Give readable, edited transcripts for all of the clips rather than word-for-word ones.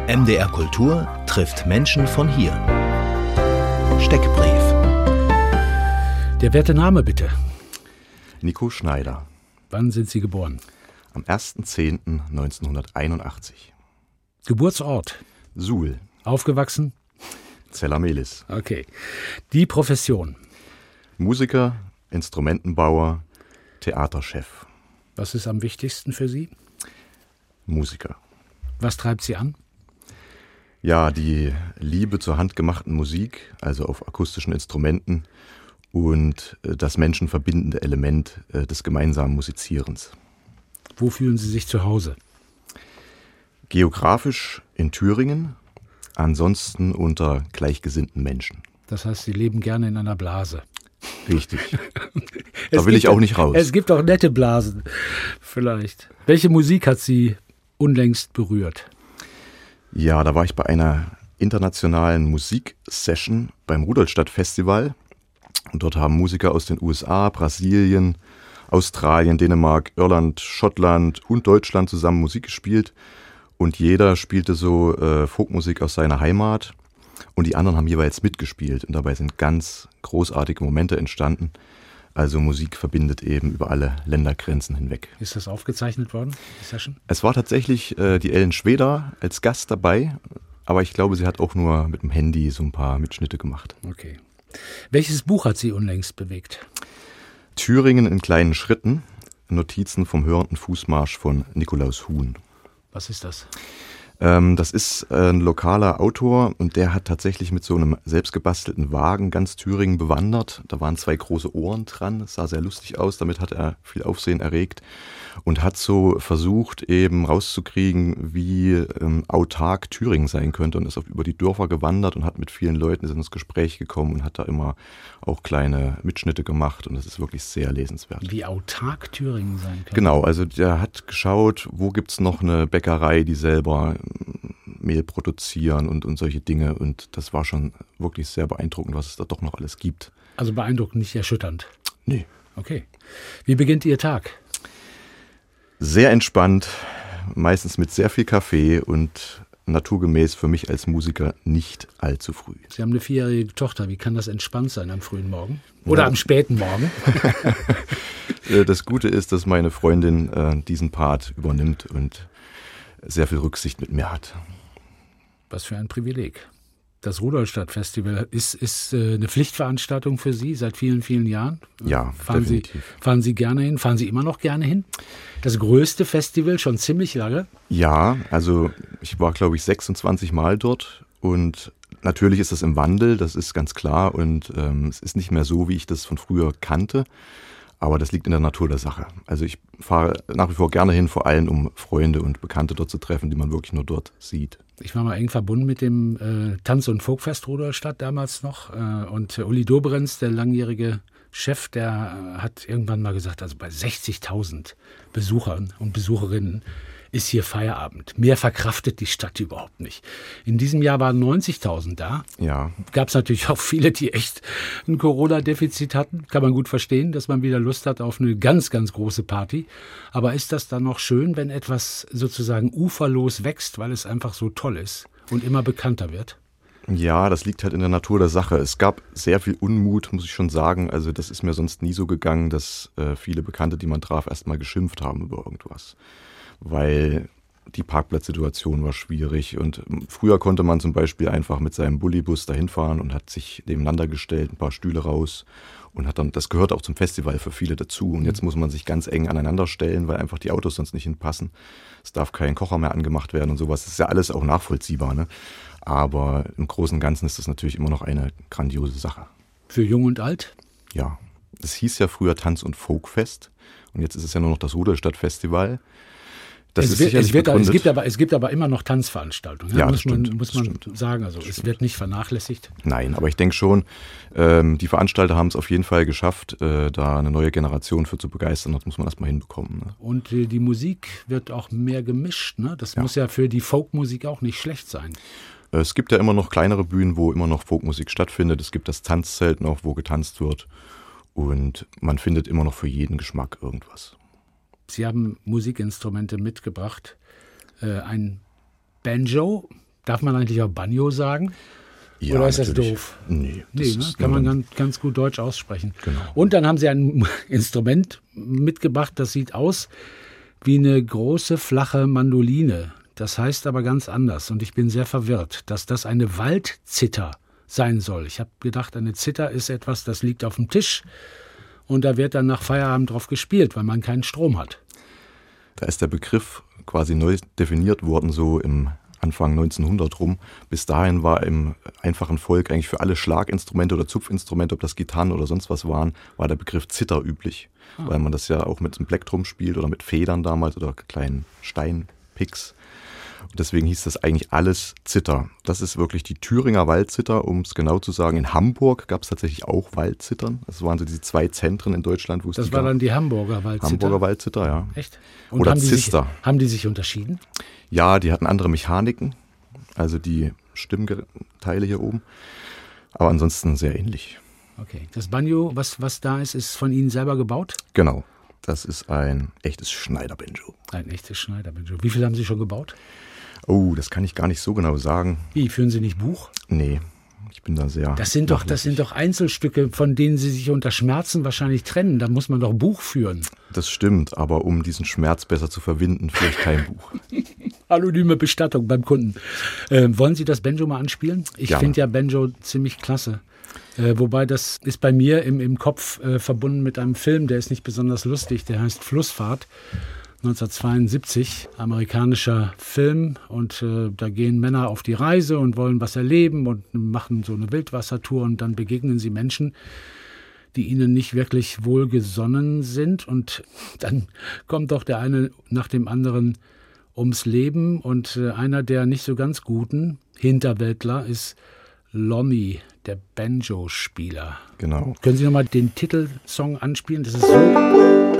MDR Kultur trifft Menschen von hier. Steckbrief. Der werte Name bitte. Nico Schneider. Wann sind Sie geboren? Am 1.10.1981. Geburtsort? Suhl. Aufgewachsen? Zellamelis. Okay. Die Profession? Musiker, Instrumentenbauer, Theaterchef. Was ist am wichtigsten für Sie? Musiker. Was treibt Sie an? Ja, die Liebe zur handgemachten Musik, also auf akustischen Instrumenten und das menschenverbindende Element des gemeinsamen Musizierens. Wo fühlen Sie sich zu Hause? Geografisch in Thüringen, ansonsten unter gleichgesinnten Menschen. Das heißt, Sie leben gerne in einer Blase. Richtig. Da will ich auch nicht raus. Es gibt auch nette Blasen, vielleicht. Welche Musik hat Sie unlängst berührt? Ja, da war ich bei einer internationalen Musiksession beim Rudolstadt-Festival. Und dort haben Musiker aus den USA, Brasilien, Australien, Dänemark, Irland, Schottland und Deutschland zusammen Musik gespielt. Und jeder spielte so Folkmusik aus seiner Heimat. Und die anderen haben jeweils mitgespielt. Und dabei sind ganz großartige Momente entstanden. Also Musik verbindet eben über alle Ländergrenzen hinweg. Ist das aufgezeichnet worden, die Session? Es war tatsächlich die Ellen Schweder als Gast dabei. Aber ich glaube, sie hat auch nur mit dem Handy so ein paar Mitschnitte gemacht. Okay. Welches Buch hat Sie unlängst bewegt? Thüringen in kleinen Schritten. Notizen vom hörenden Fußmarsch von Nikolaus Huhn. Was ist das? Das ist ein lokaler Autor und der hat tatsächlich mit so einem selbstgebastelten Wagen ganz Thüringen bewandert. Da waren 2 große Ohren dran, es sah sehr lustig aus, damit hat er viel Aufsehen erregt und hat so versucht eben rauszukriegen, wie autark Thüringen sein könnte und ist über die Dörfer gewandert und hat mit vielen Leuten ins Gespräch gekommen und hat da immer auch kleine Mitschnitte gemacht und das ist wirklich sehr lesenswert. Wie autark Thüringen sein könnte? Genau, also der hat geschaut, wo gibt's noch eine Bäckerei, die selber Mehl produzieren und solche Dinge. Und das war schon wirklich sehr beeindruckend, was es da doch noch alles gibt. Also beeindruckend, nicht erschütternd? Nee. Okay. Wie beginnt Ihr Tag? Sehr entspannt, meistens mit sehr viel Kaffee und naturgemäß für mich als Musiker nicht allzu früh. Sie haben eine 4-jährige Tochter. Wie kann das entspannt sein am frühen Morgen? Oder am späten Morgen? Das Gute ist, dass meine Freundin diesen Part übernimmt und sehr viel Rücksicht mit mir hat. Was für ein Privileg. Das Rudolstadt-Festival ist eine Pflichtveranstaltung für Sie seit vielen, vielen Jahren? Ja, definitiv. Fahren Sie gerne hin? Fahren Sie immer noch gerne hin? Das größte Festival schon ziemlich lange? Ja, also ich war, glaube ich, 26 Mal dort und natürlich ist das im Wandel, das ist ganz klar und es ist nicht mehr so, wie ich das von früher kannte. Aber das liegt in der Natur der Sache. Also ich fahre nach wie vor gerne hin, vor allem um Freunde und Bekannte dort zu treffen, die man wirklich nur dort sieht. Ich war mal eng verbunden mit dem Tanz- und Folkfest Rudolstadt damals noch. Und Uli Dobrenz, der langjährige Chef, der hat irgendwann mal gesagt, also bei 60.000 Besuchern und Besucherinnen ist hier Feierabend. Mehr verkraftet die Stadt überhaupt nicht. In diesem Jahr waren 90.000 da. Ja. Gab es natürlich auch viele, die echt ein Corona-Defizit hatten. Kann man gut verstehen, dass man wieder Lust hat auf eine ganz, ganz große Party. Aber ist das dann noch schön, wenn etwas sozusagen uferlos wächst, weil es einfach so toll ist und immer bekannter wird? Ja, das liegt halt in der Natur der Sache. Es gab sehr viel Unmut, muss ich schon sagen. Also das ist mir sonst nie so gegangen, dass viele Bekannte, die man traf, erst mal geschimpft haben über irgendwas. Weil die Parkplatzsituation war schwierig und früher konnte man zum Beispiel einfach mit seinem Bullibus dahin fahren und hat sich nebeneinander gestellt, ein paar Stühle raus und hat dann, das gehört auch zum Festival für viele dazu und jetzt muss man sich ganz eng aneinander stellen, weil einfach die Autos sonst nicht hinpassen. Es darf kein Kocher mehr angemacht werden und sowas, das ist ja alles auch nachvollziehbar, ne? Aber im Großen und Ganzen ist das natürlich immer noch eine grandiose Sache. Für Jung und Alt? Ja, es hieß ja früher Tanz- und Folkfest und jetzt ist es ja nur noch das Rudolstadt-Festival. Es gibt aber immer noch Tanzveranstaltungen. Ja, muss man sagen. Also es wird nicht vernachlässigt. Nein, aber ich denke schon, die Veranstalter haben es auf jeden Fall geschafft, da eine neue Generation für zu begeistern. Das muss man erstmal hinbekommen. Ne? Und die Musik wird auch mehr gemischt. Ne? Das muss ja für die Folkmusik auch nicht schlecht sein. Es gibt ja immer noch kleinere Bühnen, wo immer noch Folkmusik stattfindet. Es gibt das Tanzzelt noch, wo getanzt wird. Und man findet immer noch für jeden Geschmack irgendwas. Sie haben Musikinstrumente mitgebracht. Ein Banjo, Darf man eigentlich auch Banjo sagen? Ja, oder ist das natürlich. doof? Nee, Nee, ne? Kann man ganz gut Deutsch aussprechen. Genau. Und dann haben sie ein Instrument mitgebracht, das sieht aus wie eine große, flache Mandoline. Das heißt aber ganz anders. Und ich bin sehr verwirrt, dass das eine Waldzither sein soll. Ich habe gedacht, eine Zither ist etwas, das liegt auf dem Tisch und da wird dann nach Feierabend drauf gespielt, weil man keinen Strom hat. Da ist der Begriff quasi neu definiert worden, so im Anfang 1900 rum. Bis dahin war im einfachen Volk eigentlich für alle Schlaginstrumente oder Zupfinstrumente, ob das Gitarren oder sonst was waren, war der Begriff Zither üblich. Weil man das ja auch mit einem Plektrum spielt oder mit Federn damals oder kleinen Steinpicks. Und deswegen hieß das eigentlich alles Zither. Das ist wirklich die Thüringer Waldzither, um es genau zu sagen. In Hamburg gab es tatsächlich auch Waldzittern. Das waren so diese 2 Zentren in Deutschland, wo es Das war dann die Hamburger Waldzither? Hamburger Waldzither, ja. Echt? Und oder Zister. Haben die sich unterschieden? Ja, die hatten andere Mechaniken, also die Stimmteile hier oben. Aber ansonsten sehr ähnlich. Okay. Das Banjo, was da ist von Ihnen selber gebaut? Genau. Das ist ein echtes Schneiderbanjo. Ein echtes Schneiderbanjo. Wie viel haben Sie schon gebaut? Oh, das kann ich gar nicht so genau sagen. Wie, führen Sie nicht Buch? Nee, ich bin da sehr Das sind doch Einzelstücke, von denen Sie sich unter Schmerzen wahrscheinlich trennen. Da muss man doch Buch führen. Das stimmt, aber um diesen Schmerz besser zu verwinden, führe ich kein Buch. Anonyme Bestattung beim Kunden. Wollen Sie das Banjo mal anspielen? Ich finde ja Banjo ziemlich klasse. Wobei das ist bei mir im Kopf verbunden mit einem Film, der ist nicht besonders lustig, der heißt Flussfahrt. 1972, amerikanischer Film, und da gehen Männer auf die Reise und wollen was erleben und machen so eine Wildwassertour und dann begegnen sie Menschen, die ihnen nicht wirklich wohlgesonnen sind, und dann kommt doch der eine nach dem anderen ums Leben, und einer der nicht so ganz guten Hinterwäldler ist Lonnie, der Banjo-Spieler. Genau. Können Sie nochmal den Titelsong anspielen? Das ist so...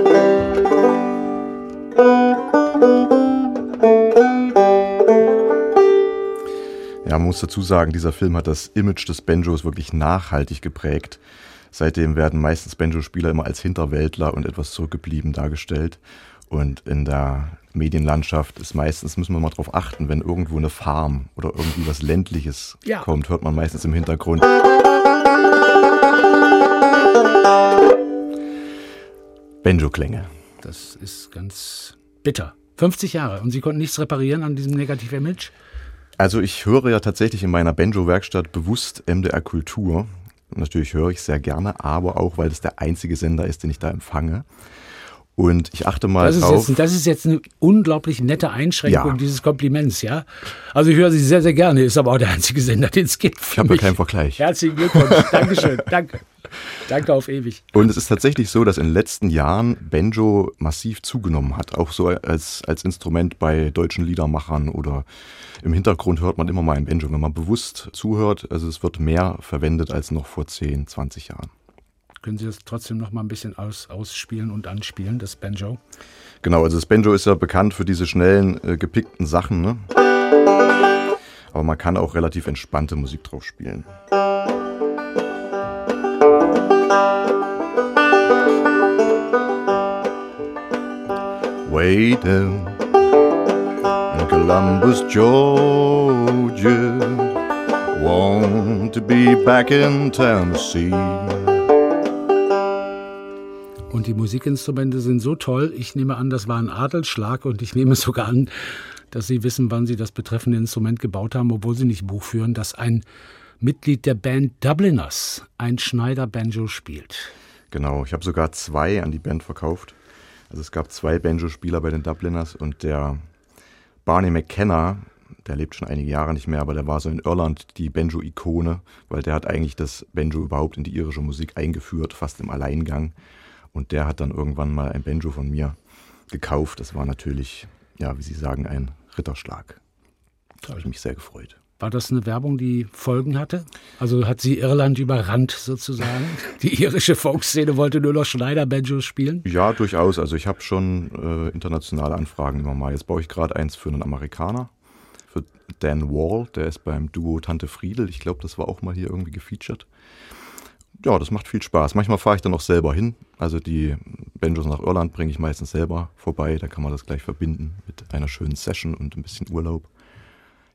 Ja, man muss dazu sagen, dieser Film hat das Image des Banjos wirklich nachhaltig geprägt. Seitdem werden meistens Banjo-Spieler immer als Hinterwäldler und etwas zurückgeblieben dargestellt. Und in der Medienlandschaft ist meistens, müssen wir mal drauf achten, wenn irgendwo eine Farm oder irgendwie was Ländliches kommt, hört man meistens im Hintergrund Banjo-Klänge. Das ist ganz bitter. 50 Jahre und Sie konnten nichts reparieren an diesem Negativ-Image? Also ich höre ja tatsächlich in meiner Banjo-Werkstatt bewusst MDR Kultur. Natürlich höre ich sehr gerne, aber auch, weil das der einzige Sender ist, den ich da empfange. Und ich achte mal drauf. Das ist jetzt eine unglaublich nette Einschränkung dieses Kompliments, ja? Also ich höre Sie sehr, sehr gerne, ist aber auch der einzige Sender, den es gibt. Ich habe ja keinen Vergleich. Herzlichen Glückwunsch, Dankeschön, danke. Danke auf ewig. Und es ist tatsächlich so, dass in den letzten Jahren Banjo massiv zugenommen hat. Auch so als Instrument bei deutschen Liedermachern oder im Hintergrund hört man immer mal ein Banjo, wenn man bewusst zuhört. Also es wird mehr verwendet als noch vor 10, 20 Jahren. Können Sie das trotzdem noch mal ein bisschen ausspielen und anspielen, das Banjo? Genau, also das Banjo ist ja bekannt für diese schnellen, gepickten Sachen, ne? Aber man kann auch relativ entspannte Musik drauf spielen. Way down in Columbus, Georgia, want to be back in Tennessee. Und die Musikinstrumente sind so toll, ich nehme an, das war ein Adelsschlag, und ich nehme sogar an, dass Sie wissen, wann Sie das betreffende Instrument gebaut haben, obwohl Sie nicht Buch führen, dass ein Mitglied der Band Dubliners ein Schneider-Banjo spielt. Genau, ich habe sogar 2 an die Band verkauft. Also es gab 2 Banjo-Spieler bei den Dubliners, und der Barney McKenna, der lebt schon einige Jahre nicht mehr, aber der war so in Irland die Banjo-Ikone, weil der hat eigentlich das Banjo überhaupt in die irische Musik eingeführt, fast im Alleingang. Und der hat dann irgendwann mal ein Banjo von mir gekauft. Das war natürlich, ja, wie Sie sagen, ein Ritterschlag. Da habe ich mich sehr gefreut. War das eine Werbung, die Folgen hatte? Also hat sie Irland überrannt sozusagen? Die irische Folkszene wollte nur noch Schneider-Banjos spielen? Ja, durchaus. Also ich habe schon internationale Anfragen immer mal. Jetzt baue ich gerade eins für einen Amerikaner, für Dan Wall. Der ist beim Duo Tante Friedel. Ich glaube, das war auch mal hier irgendwie gefeatured. Ja, das macht viel Spaß. Manchmal fahre ich dann auch selber hin. Also die Banjos nach Irland bringe ich meistens selber vorbei. Da kann man das gleich verbinden mit einer schönen Session und ein bisschen Urlaub.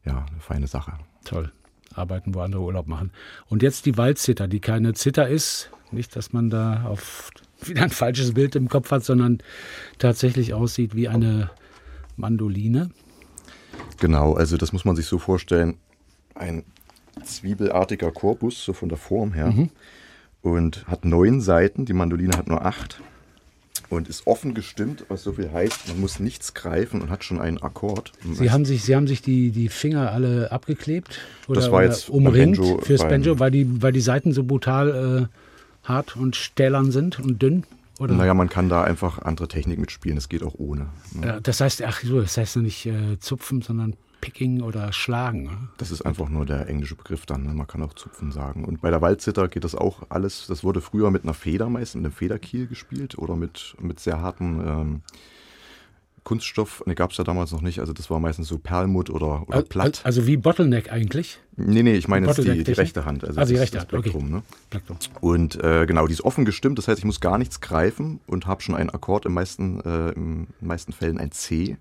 ja, eine feine Sache. Toll. Arbeiten, wo andere Urlaub machen. Und jetzt die Waldzither, die keine Zither ist. Nicht, dass man da auf wieder ein falsches Bild im Kopf hat, sondern tatsächlich aussieht wie eine Mandoline. Genau, also das muss man sich so vorstellen. Ein zwiebelartiger Korpus, so von der Form her. Und hat 9 Saiten. Die Mandoline hat nur 8. Und ist offen gestimmt, was so viel heißt, man muss nichts greifen und hat schon einen Akkord. Sie haben sich die Finger alle abgeklebt oder, das war jetzt umringt Banjo, fürs Banjo, weil die Saiten so brutal hart und stählern sind und dünn? Oder? Naja, man kann da einfach andere Technik mitspielen, das geht auch ohne. Ne? Ja, das heißt ja nicht zupfen, sondern Picking oder Schlagen. Ne? Das ist einfach nur der englische Begriff dann, ne? Man kann auch Zupfen sagen. Und bei der Waldzither geht das auch alles, das wurde früher mit einer Feder meistens, mit einem Federkiel gespielt oder mit sehr hartem Kunststoff. Ne, gab es ja damals noch nicht, also das war meistens so Perlmutt oder platt. Also wie Bottleneck eigentlich? Nee, ich meine jetzt die rechte Hand. Also die rechte Hand, Plektrum, okay. Ne? Plektrum. Und genau, die ist offen gestimmt, das heißt, ich muss gar nichts greifen und habe schon einen Akkord, in meisten Fällen ein C.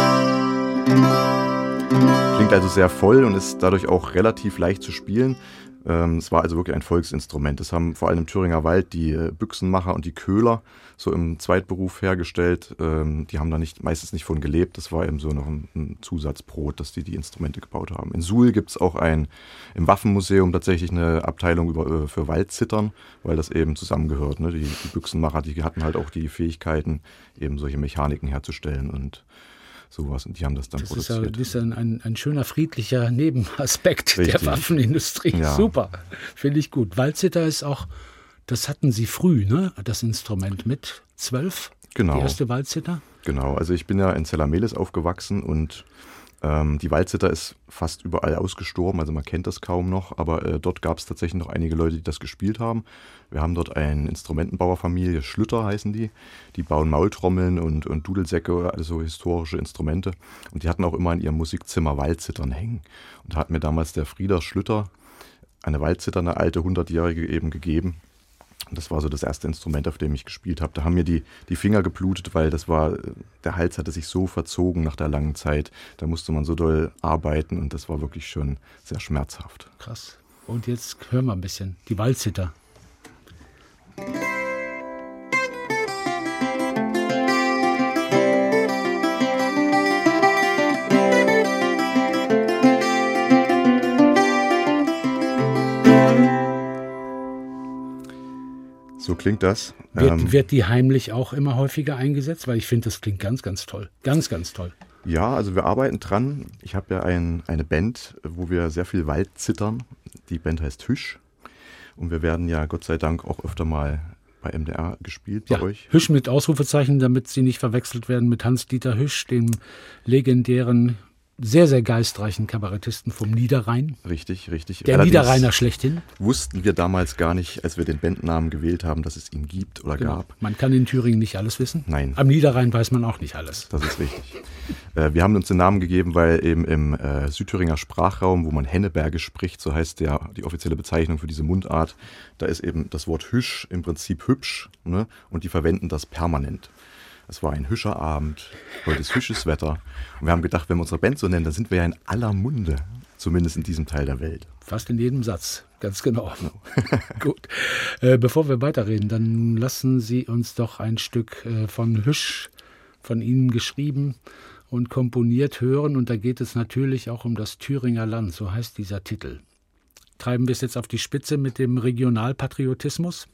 Klingt also sehr voll und ist dadurch auch relativ leicht zu spielen. Es war also wirklich ein Volksinstrument. Das haben vor allem im Thüringer Wald die Büchsenmacher und die Köhler so im Zweitberuf hergestellt. Die haben da meistens nicht von gelebt. Das war eben so noch ein Zusatzbrot, dass die Instrumente gebaut haben. In Suhl gibt es auch im Waffenmuseum tatsächlich eine Abteilung für Waldzittern, weil das eben zusammengehört. Ne? Die Büchsenmacher, die hatten halt auch die Fähigkeiten, eben solche Mechaniken herzustellen und sowas, und die haben das dann produziert. Das ist ein schöner, friedlicher Nebenaspekt Richtig. Der Waffenindustrie. Ja. Super, finde ich gut. Waldzither ist auch, das hatten Sie früh, ne? Das Instrument mit 12, Genau. Die erste Waldzither. Genau, also ich bin ja in Zellamelis aufgewachsen und die Waldzither ist fast überall ausgestorben, also man kennt das kaum noch, aber dort gab es tatsächlich noch einige Leute, die das gespielt haben. Wir haben dort eine Instrumentenbauerfamilie, Schlüter heißen die bauen Maultrommeln und Dudelsäcke, also historische Instrumente, und die hatten auch immer in ihrem Musikzimmer Waldzittern hängen. Und da hat mir damals der Frieder Schlüter eine Waldzither, eine alte 100-jährige eben gegeben. Und das war so das erste Instrument, auf dem ich gespielt habe. Da haben mir die Finger geblutet, weil der Hals hatte sich so verzogen nach der langen Zeit. Da musste man so doll arbeiten und das war wirklich schon sehr schmerzhaft. Krass. Und jetzt hören wir ein bisschen die Waldzither. So klingt das. Wird die heimlich auch immer häufiger eingesetzt? Weil ich finde, das klingt ganz, ganz toll. Ganz, ganz toll. Ja, also wir arbeiten dran. Ich habe ja eine Band, wo wir sehr viel Wald zittern. Die Band heißt Hüsch. Und wir werden ja Gott sei Dank auch öfter mal bei MDR gespielt bei euch. Hüsch mit Ausrufezeichen, damit sie nicht verwechselt werden mit Hans-Dieter Hüsch, dem legendären, sehr, sehr geistreichen Kabarettisten vom Niederrhein. Richtig. Der Allerdings Niederrheiner schlechthin. wussten wir damals gar nicht, als wir den Bandnamen gewählt haben, dass es ihn gibt oder gab. Man kann in Thüringen nicht alles wissen. Nein. Am Niederrhein weiß man auch nicht alles. Das ist richtig. Wir haben uns den Namen gegeben, weil eben im Südthüringer Sprachraum, wo man Henneberge spricht, so heißt die offizielle Bezeichnung für diese Mundart, da ist eben das Wort Hüsch im Prinzip hübsch, ne? Und die verwenden das permanent. Es war ein hüscher Abend, heute ist hüsches Wetter. Und wir haben gedacht, wenn wir unsere Band so nennen, dann sind wir ja in aller Munde, zumindest in diesem Teil der Welt. Fast in jedem Satz, ganz genau. Gut. Bevor wir weiterreden, dann lassen Sie uns doch ein Stück von Hüsch, von Ihnen geschrieben und komponiert hören. Und da geht es natürlich auch um das Thüringer Land, so heißt dieser Titel. Treiben wir es jetzt auf die Spitze mit dem Regionalpatriotismus?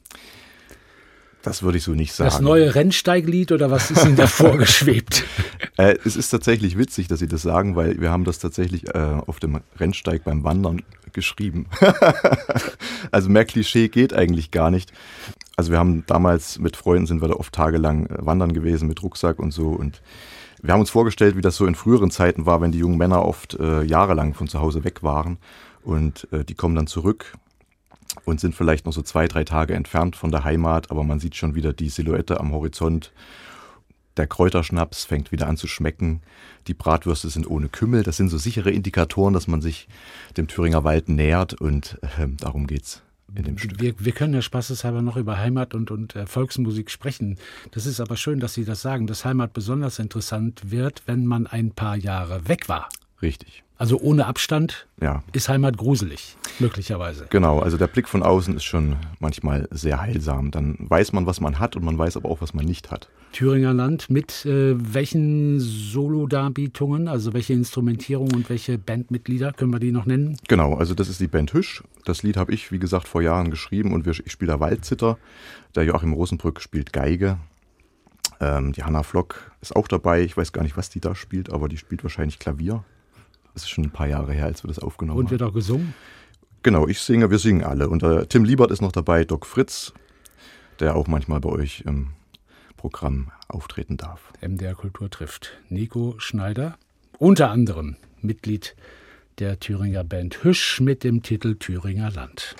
Das würde ich so nicht sagen. Das neue Rennsteiglied oder was ist Ihnen da vorgeschwebt? Es ist tatsächlich witzig, dass Sie das sagen, weil wir haben das tatsächlich auf dem Rennsteig beim Wandern geschrieben. Also mehr Klischee geht eigentlich gar nicht. Also wir haben damals mit Freunden, sind wir da oft tagelang wandern gewesen mit Rucksack und so, und wir haben uns vorgestellt, wie das so in früheren Zeiten war, wenn die jungen Männer oft jahrelang von zu Hause weg waren, und die kommen dann zurück und sind vielleicht noch so 2-3 Tage entfernt von der Heimat, aber man sieht schon wieder die Silhouette am Horizont. Der Kräuterschnaps fängt wieder an zu schmecken. Die Bratwürste sind ohne Kümmel. Das sind so sichere Indikatoren, dass man sich dem Thüringer Wald nähert, und darum geht's in dem Stück. Wir können ja spaßeshalber noch über Heimat und Volksmusik sprechen. Das ist aber schön, dass Sie das sagen, dass Heimat besonders interessant wird, wenn man ein paar Jahre weg war. Richtig. Also ohne Abstand Ja. ist Heimat gruselig, möglicherweise. Genau, also der Blick von außen ist schon manchmal sehr heilsam. Dann weiß man, was man hat und man weiß aber auch, was man nicht hat. Thüringer Land mit welchen Solo-Darbietungen, also welche Instrumentierung und welche Bandmitglieder, können wir die noch nennen? Genau, also das ist die Band Hüsch. Das Lied habe ich, wie gesagt, vor Jahren geschrieben und ich spiele da Waldzither. Der Joachim Rosenbrück spielt Geige. Die Hanna Flock ist auch dabei. Ich weiß gar nicht, was die da spielt, aber die spielt wahrscheinlich Klavier. Das ist schon ein paar Jahre her, als wir das aufgenommen haben. Und wird auch gesungen? Genau, wir singen alle. Und Tim Liebert ist noch dabei, Doc Fritz, der auch manchmal bei euch im Programm auftreten darf. MDR Kultur trifft Nico Schneider, unter anderem Mitglied der Thüringer Band Hüsch mit dem Titel Thüringer Land.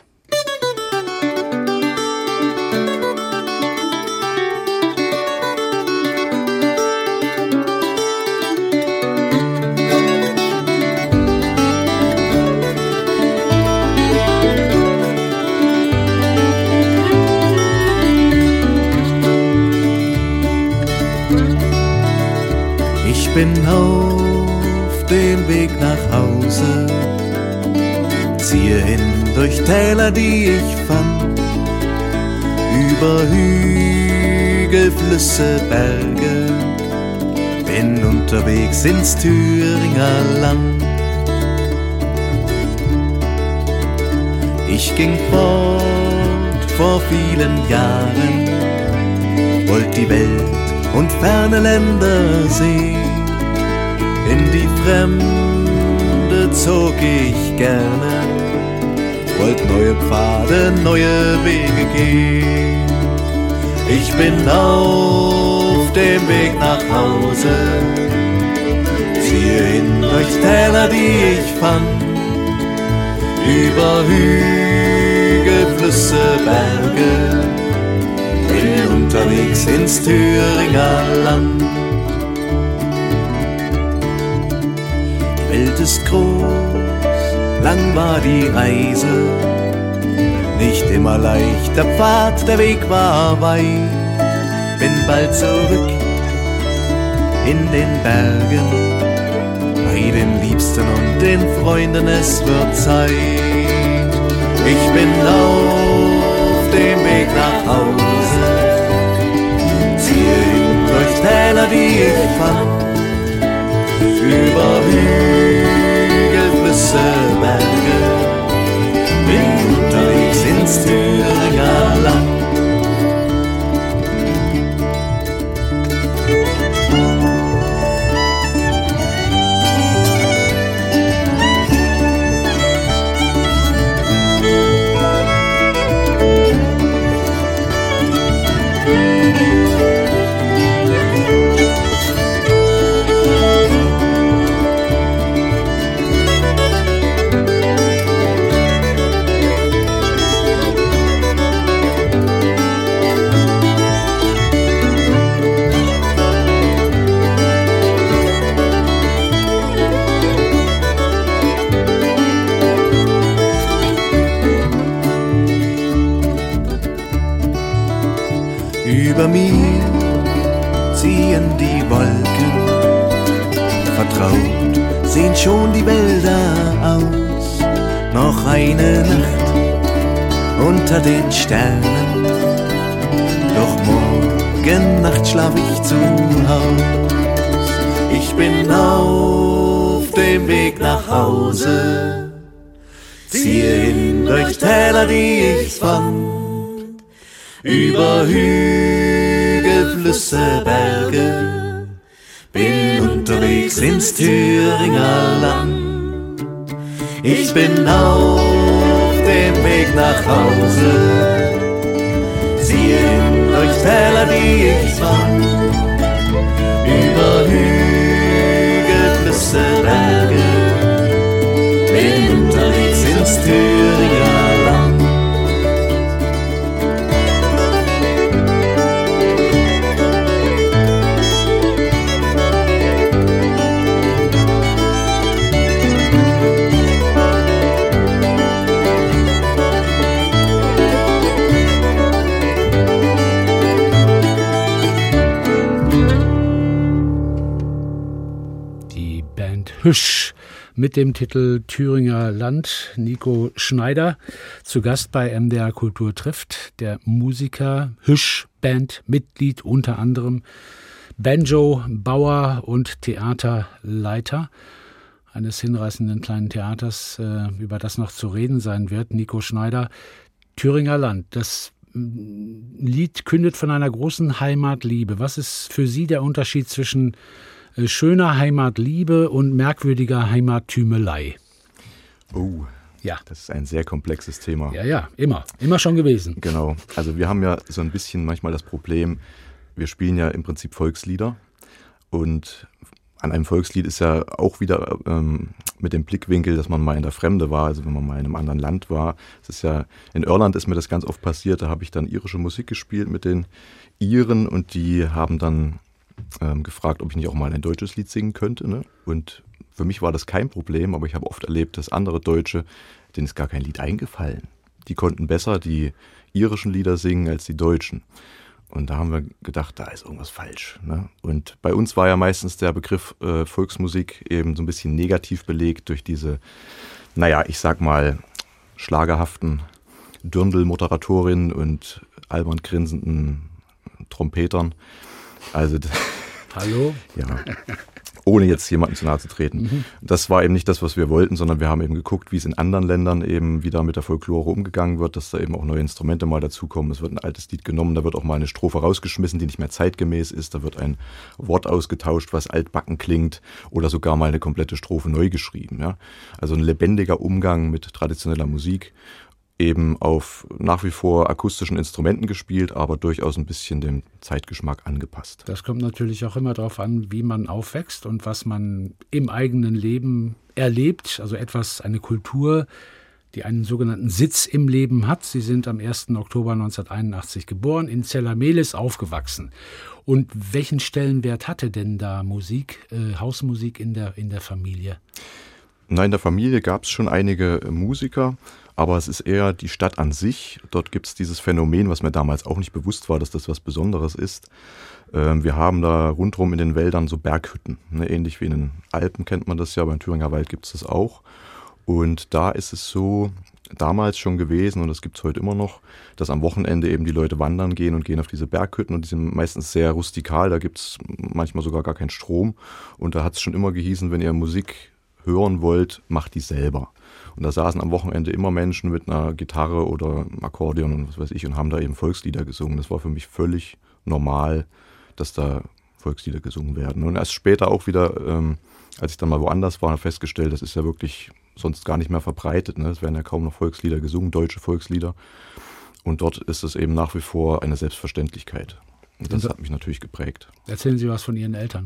Ich bin auf dem Weg nach Hause, ziehe hin durch Täler, die ich fand, über Hügel, Flüsse, Berge, bin unterwegs ins Thüringer Land. Ich ging fort vor vielen Jahren, wollt die Welt und ferne Länder sehen. In die Fremde zog ich gerne, wollt neue Pfade, neue Wege gehen. Ich bin auf dem Weg nach Hause, ziehe hin durch Täler, die ich fand, über Hügel, Flüsse, Berge, bin unterwegs ins Thüringer Land. Die Welt ist groß, lang war die Reise, nicht immer leicht, der Pfad, der Weg war weit. Bin bald zurück in den Bergen, bei den Liebsten und den Freunden, es wird Zeit. Ich bin auf dem Weg nach Hause, ziehe hin durch Täler, die ich fand, über Hügel, Flüsse, Berge, bin unterwegs ins Thüringer Land. Über mir ziehen die Wolken, vertraut sehen schon die Wälder aus. Noch eine Nacht unter den Sternen, doch morgen Nacht schlaf ich zu Haus. Ich bin auf dem Weg nach Hause, ziehe hin durch Täler, die ich fand, über Hügel, Flüsse, Berge, bin unterwegs ins Thüringer Land. Ich bin auf dem Weg nach Hause, ziehe hin durch Täler, die ich fand, über Hügel, Flüsse, Berge, bin unterwegs ins Thüringer Land. Hüsch mit dem Titel Thüringer Land. Nico Schneider, zu Gast bei MDR Kultur trifft, der Musiker, Hüsch-Band-Mitglied, unter anderem Banjo, Bauer und Theaterleiter eines hinreißenden kleinen Theaters, über das noch zu reden sein wird. Nico Schneider, Thüringer Land. Das Lied kündet von einer großen Heimatliebe. Was ist für Sie der Unterschied zwischen schöner Heimatliebe und merkwürdiger Heimattümelei? Oh, ja, das ist ein sehr komplexes Thema. Ja, immer schon gewesen. Genau, also wir haben ja so ein bisschen manchmal das Problem, wir spielen ja im Prinzip Volkslieder und an einem Volkslied ist ja auch wieder mit dem Blickwinkel, dass man mal in der Fremde war, also wenn man mal in einem anderen Land war. Es ist ja, in Irland ist mir das ganz oft passiert, da habe ich dann irische Musik gespielt mit den Iren und die haben dann gefragt, ob ich nicht auch mal ein deutsches Lied singen könnte. Ne? Und für mich war das kein Problem, aber ich habe oft erlebt, dass andere Deutsche, denen ist gar kein Lied eingefallen. Die konnten besser die irischen Lieder singen als die deutschen. Und da haben wir gedacht, da ist irgendwas falsch. Ne? Und bei uns war ja meistens der Begriff Volksmusik eben so ein bisschen negativ belegt durch diese, ich sag mal, schlagerhaften Dirndl-Moderatorinnen und albern grinsenden Trompetern. Also, hallo? Ja, ohne jetzt jemandem zu nahe zu treten. Das war eben nicht das, was wir wollten, sondern wir haben eben geguckt, wie es in anderen Ländern eben wieder mit der Folklore umgegangen wird, dass da eben auch neue Instrumente mal dazukommen. Es wird ein altes Lied genommen, da wird auch mal eine Strophe rausgeschmissen, die nicht mehr zeitgemäß ist. Da wird ein Wort ausgetauscht, was altbacken klingt oder sogar mal eine komplette Strophe neu geschrieben. Ja? Also ein lebendiger Umgang mit traditioneller Musik. Eben auf nach wie vor akustischen Instrumenten gespielt, aber durchaus ein bisschen dem Zeitgeschmack angepasst. Das kommt natürlich auch immer darauf an, wie man aufwächst und was man im eigenen Leben erlebt. Also eine Kultur, die einen sogenannten Sitz im Leben hat. Sie sind am 1. Oktober 1981 geboren, in Zellamelis aufgewachsen. Und welchen Stellenwert hatte denn da Musik, Hausmusik in der Familie? Nein, in der Familie gab es schon einige Musiker, aber es ist eher die Stadt an sich. Dort gibt es dieses Phänomen, was mir damals auch nicht bewusst war, dass das was Besonderes ist. Wir haben da rundherum in den Wäldern so Berghütten, ne? Ähnlich wie in den Alpen kennt man das ja, beim Thüringer Wald gibt es das auch. Und da ist es so damals schon gewesen und das gibt es heute immer noch, dass am Wochenende eben die Leute wandern gehen und gehen auf diese Berghütten und die sind meistens sehr rustikal, da gibt es manchmal sogar gar keinen Strom und da hat es schon immer gehießen, wenn ihr Musik hören wollt, macht die selber. Und da saßen am Wochenende immer Menschen mit einer Gitarre oder Akkordeon und was weiß ich und haben da eben Volkslieder gesungen. Das war für mich völlig normal, dass da Volkslieder gesungen werden. Und erst später auch wieder, als ich dann mal woanders war, habe ich festgestellt, das ist ja wirklich sonst gar nicht mehr verbreitet. Ne? Es werden ja kaum noch Volkslieder gesungen, deutsche Volkslieder. Und dort ist es eben nach wie vor eine Selbstverständlichkeit. Und das hat mich natürlich geprägt. Erzählen Sie was von Ihren Eltern.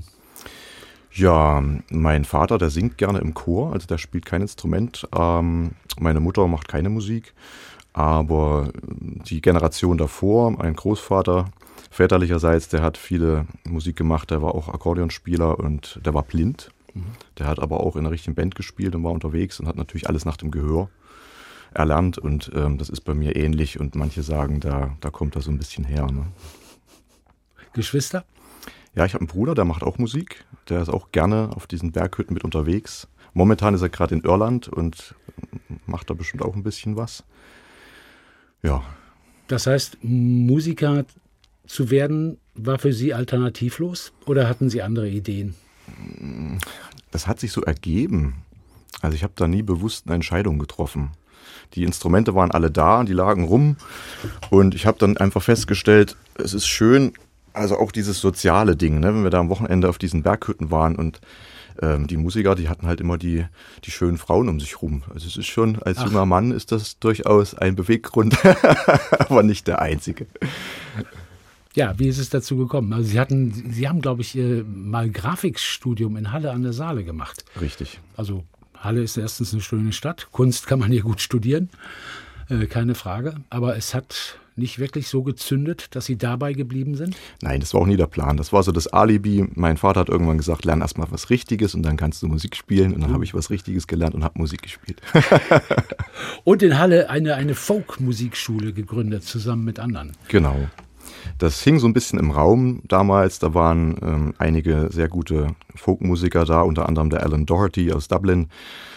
Ja, mein Vater, der singt gerne im Chor, also der spielt kein Instrument. Meine Mutter macht keine Musik, aber die Generation davor, mein Großvater väterlicherseits, der hat viele Musik gemacht, der war auch Akkordeonspieler und der war blind. Der hat aber auch in einer richtigen Band gespielt und war unterwegs und hat natürlich alles nach dem Gehör erlernt und das ist bei mir ähnlich und manche sagen, da kommt das so ein bisschen her. Ne? Geschwister? Ja, ich habe einen Bruder, der macht auch Musik. Der ist auch gerne auf diesen Berghütten mit unterwegs. Momentan ist er gerade in Irland und macht da bestimmt auch ein bisschen was. Ja. Das heißt, Musiker zu werden, war für Sie alternativlos oder hatten Sie andere Ideen? Das hat sich so ergeben. Also ich habe da nie bewusst eine Entscheidung getroffen. Die Instrumente waren alle da, die lagen rum und ich habe dann einfach festgestellt, es ist schön, also auch dieses soziale Ding, ne? Wenn wir da am Wochenende auf diesen Berghütten waren und die Musiker, die hatten halt immer die schönen Frauen um sich rum. Also es ist schon, als junger Mann ist das durchaus ein Beweggrund, aber nicht der einzige. Ja, wie ist es dazu gekommen? Also Sie haben, glaube ich, mal Grafikstudium in Halle an der Saale gemacht. Richtig. Also Halle ist erstens eine schöne Stadt. Kunst kann man hier gut studieren, keine Frage. Aber es hat nicht wirklich so gezündet, dass Sie dabei geblieben sind? Nein, das war auch nie der Plan. Das war so das Alibi. Mein Vater hat irgendwann gesagt, lern erstmal was Richtiges und dann kannst du Musik spielen. Und dann habe ich was Richtiges gelernt und habe Musik gespielt. Und in Halle eine Folkmusikschule gegründet, zusammen mit anderen. Genau. Das hing so ein bisschen im Raum damals. Da waren einige sehr gute Folkmusiker da, unter anderem der Alan Doherty aus Dublin.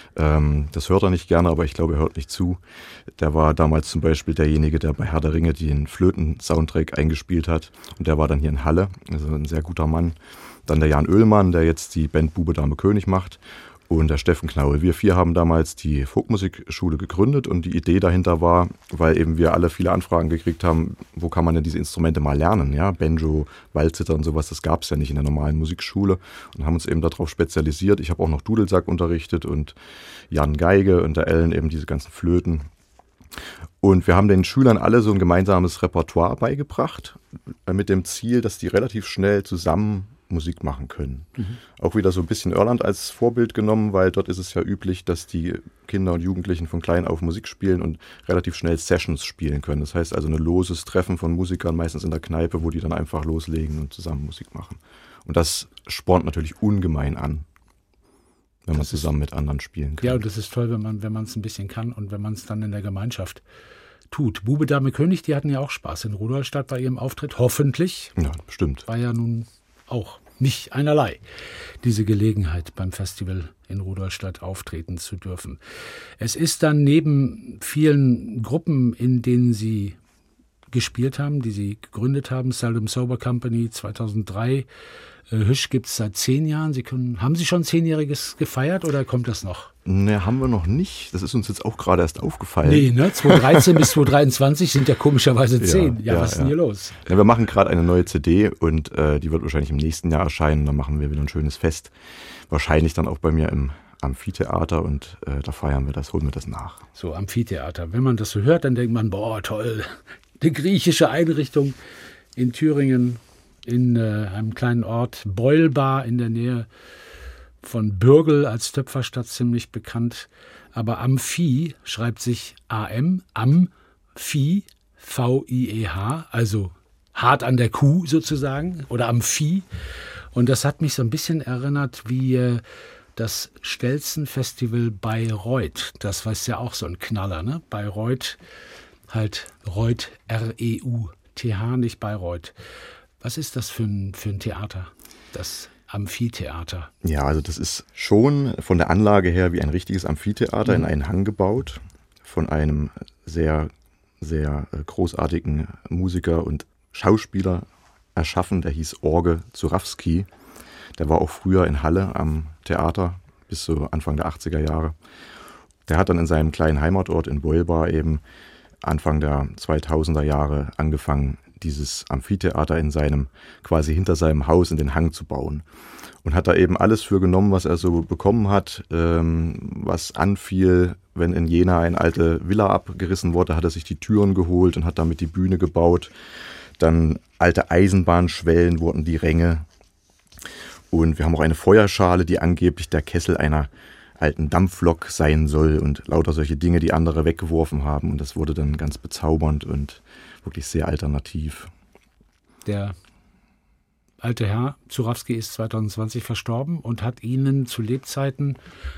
Das hört er nicht gerne, aber ich glaube, er hört nicht zu. Der war damals zum Beispiel derjenige, der bei Herr der Ringe den Flöten-Soundtrack eingespielt hat. Und der war dann hier in Halle, also ein sehr guter Mann. Dann der Jan Oehlmann, der jetzt die Band Bube Dame König macht. Und der Steffen Knaul. Wir 4 haben damals die Folkmusikschule gegründet und die Idee dahinter war, weil eben wir alle viele Anfragen gekriegt haben, wo kann man denn diese Instrumente mal lernen? Ja, Banjo, Waldzither und sowas, das gab es ja nicht in der normalen Musikschule und haben uns eben darauf spezialisiert. Ich habe auch noch Dudelsack unterrichtet und Jan Geige und der Ellen eben diese ganzen Flöten. Und wir haben den Schülern alle so ein gemeinsames Repertoire beigebracht, mit dem Ziel, dass die relativ schnell zusammen Musik machen können. Auch wieder so ein bisschen Irland als Vorbild genommen, weil dort ist es ja üblich, dass die Kinder und Jugendlichen von klein auf Musik spielen und relativ schnell Sessions spielen können. Das heißt also ein loses Treffen von Musikern, meistens in der Kneipe, wo die dann einfach loslegen und zusammen Musik machen. Und das spornt natürlich ungemein an, wenn man zusammen mit anderen spielen kann. Ja, und das ist toll, wenn man es ein bisschen kann und wenn man es dann in der Gemeinschaft tut. Bube Dame König, die hatten ja auch Spaß in Rudolstadt bei ihrem Auftritt, hoffentlich. Ja, bestimmt. War ja nun auch nicht einerlei, diese Gelegenheit beim Festival in Rudolstadt auftreten zu dürfen. Es ist dann neben vielen Gruppen, in denen Sie gespielt haben, die Sie gegründet haben, Seldom Sober Company 2003, Hüsch gibt es seit 10 Jahren. Haben Sie schon 10-Jähriges gefeiert oder kommt das noch? Ne, haben wir noch nicht. Das ist uns jetzt auch gerade erst aufgefallen. Nee, ne? 2013 bis 2023 sind ja komischerweise 10. Ja, was ist denn hier los? Ja, wir machen gerade eine neue CD und die wird wahrscheinlich im nächsten Jahr erscheinen. Dann machen wir wieder ein schönes Fest. Wahrscheinlich dann auch bei mir im Amphitheater und da feiern wir das, holen wir das nach. So, Amphitheater. Wenn man das so hört, dann denkt man, boah, toll. Eine griechische Einrichtung in Thüringen, in einem kleinen Ort, Beulbar in der Nähe von Bürgel als Töpferstadt ziemlich bekannt. Aber Amphi schreibt sich Amphi, V-I-E-H, also hart an der Kuh sozusagen, oder Amphi. Und das hat mich so ein bisschen erinnert wie das Stelzen-Festival Bayreuth. Das war ja auch so ein Knaller, ne? Bayreuth, halt Reuth, R-E-U-T-H, nicht Bayreuth. Was ist das für ein Theater, das Amphitheater? Ja, also das ist schon von der Anlage her wie ein richtiges Amphitheater in einen Hang gebaut, von einem sehr, sehr großartigen Musiker und Schauspieler erschaffen, der hieß Orge Zurawski. Der war auch früher in Halle am Theater bis so Anfang der 80er Jahre. Der hat dann in seinem kleinen Heimatort in Beulbar eben Anfang der 2000er Jahre angefangen, dieses Amphitheater quasi hinter seinem Haus in den Hang zu bauen. Und hat da eben alles für genommen, was er so bekommen hat, was anfiel. Wenn in Jena eine alte Villa abgerissen wurde, hat er sich die Türen geholt und hat damit die Bühne gebaut. Dann alte Eisenbahnschwellen wurden die Ränge. Und wir haben auch eine Feuerschale, die angeblich der Kessel einer alten Dampflok sein soll und lauter solche Dinge, die andere weggeworfen haben. Und das wurde dann ganz bezaubernd und wirklich sehr alternativ. Der alte Herr Zurawski ist 2020 verstorben und hat Ihnen zu Lebzeiten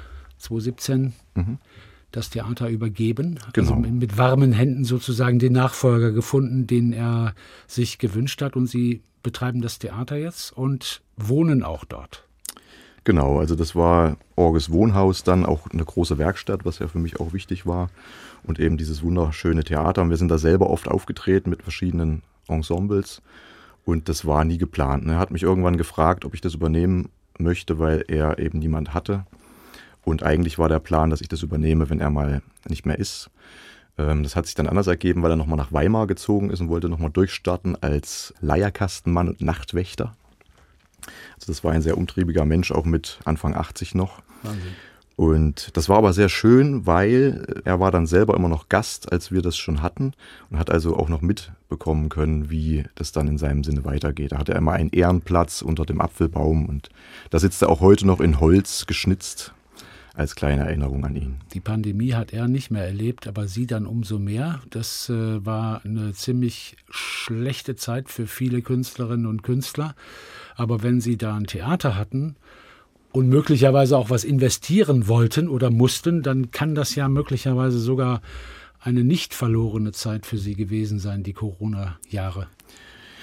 2017 das Theater übergeben. Genau. Also mit warmen Händen sozusagen den Nachfolger gefunden, den er sich gewünscht hat. Und Sie betreiben das Theater jetzt und wohnen auch dort. Genau, also das war Orges Wohnhaus, dann auch eine große Werkstatt, was ja für mich auch wichtig war. Und eben dieses wunderschöne Theater. Und wir sind da selber oft aufgetreten mit verschiedenen Ensembles. Und das war nie geplant. Er hat mich irgendwann gefragt, ob ich das übernehmen möchte, weil er eben niemand hatte. Und eigentlich war der Plan, dass ich das übernehme, wenn er mal nicht mehr ist. Das hat sich dann anders ergeben, weil er nochmal nach Weimar gezogen ist und wollte nochmal durchstarten als Leierkastenmann und Nachtwächter. Also das war ein sehr umtriebiger Mensch, auch mit Anfang 80 noch. Wahnsinn. Und das war aber sehr schön, weil er war dann selber immer noch Gast, als wir das schon hatten und hat also auch noch mitbekommen können, wie das dann in seinem Sinne weitergeht. Da hatte er immer einen Ehrenplatz unter dem Apfelbaum und da sitzt er auch heute noch in Holz geschnitzt als kleine Erinnerung an ihn. Die Pandemie hat er nicht mehr erlebt, aber Sie dann umso mehr. Das war eine ziemlich schlechte Zeit für viele Künstlerinnen und Künstler. Aber wenn Sie da ein Theater hatten und möglicherweise auch was investieren wollten oder mussten, dann kann das ja möglicherweise sogar eine nicht verlorene Zeit für Sie gewesen sein, die Corona-Jahre.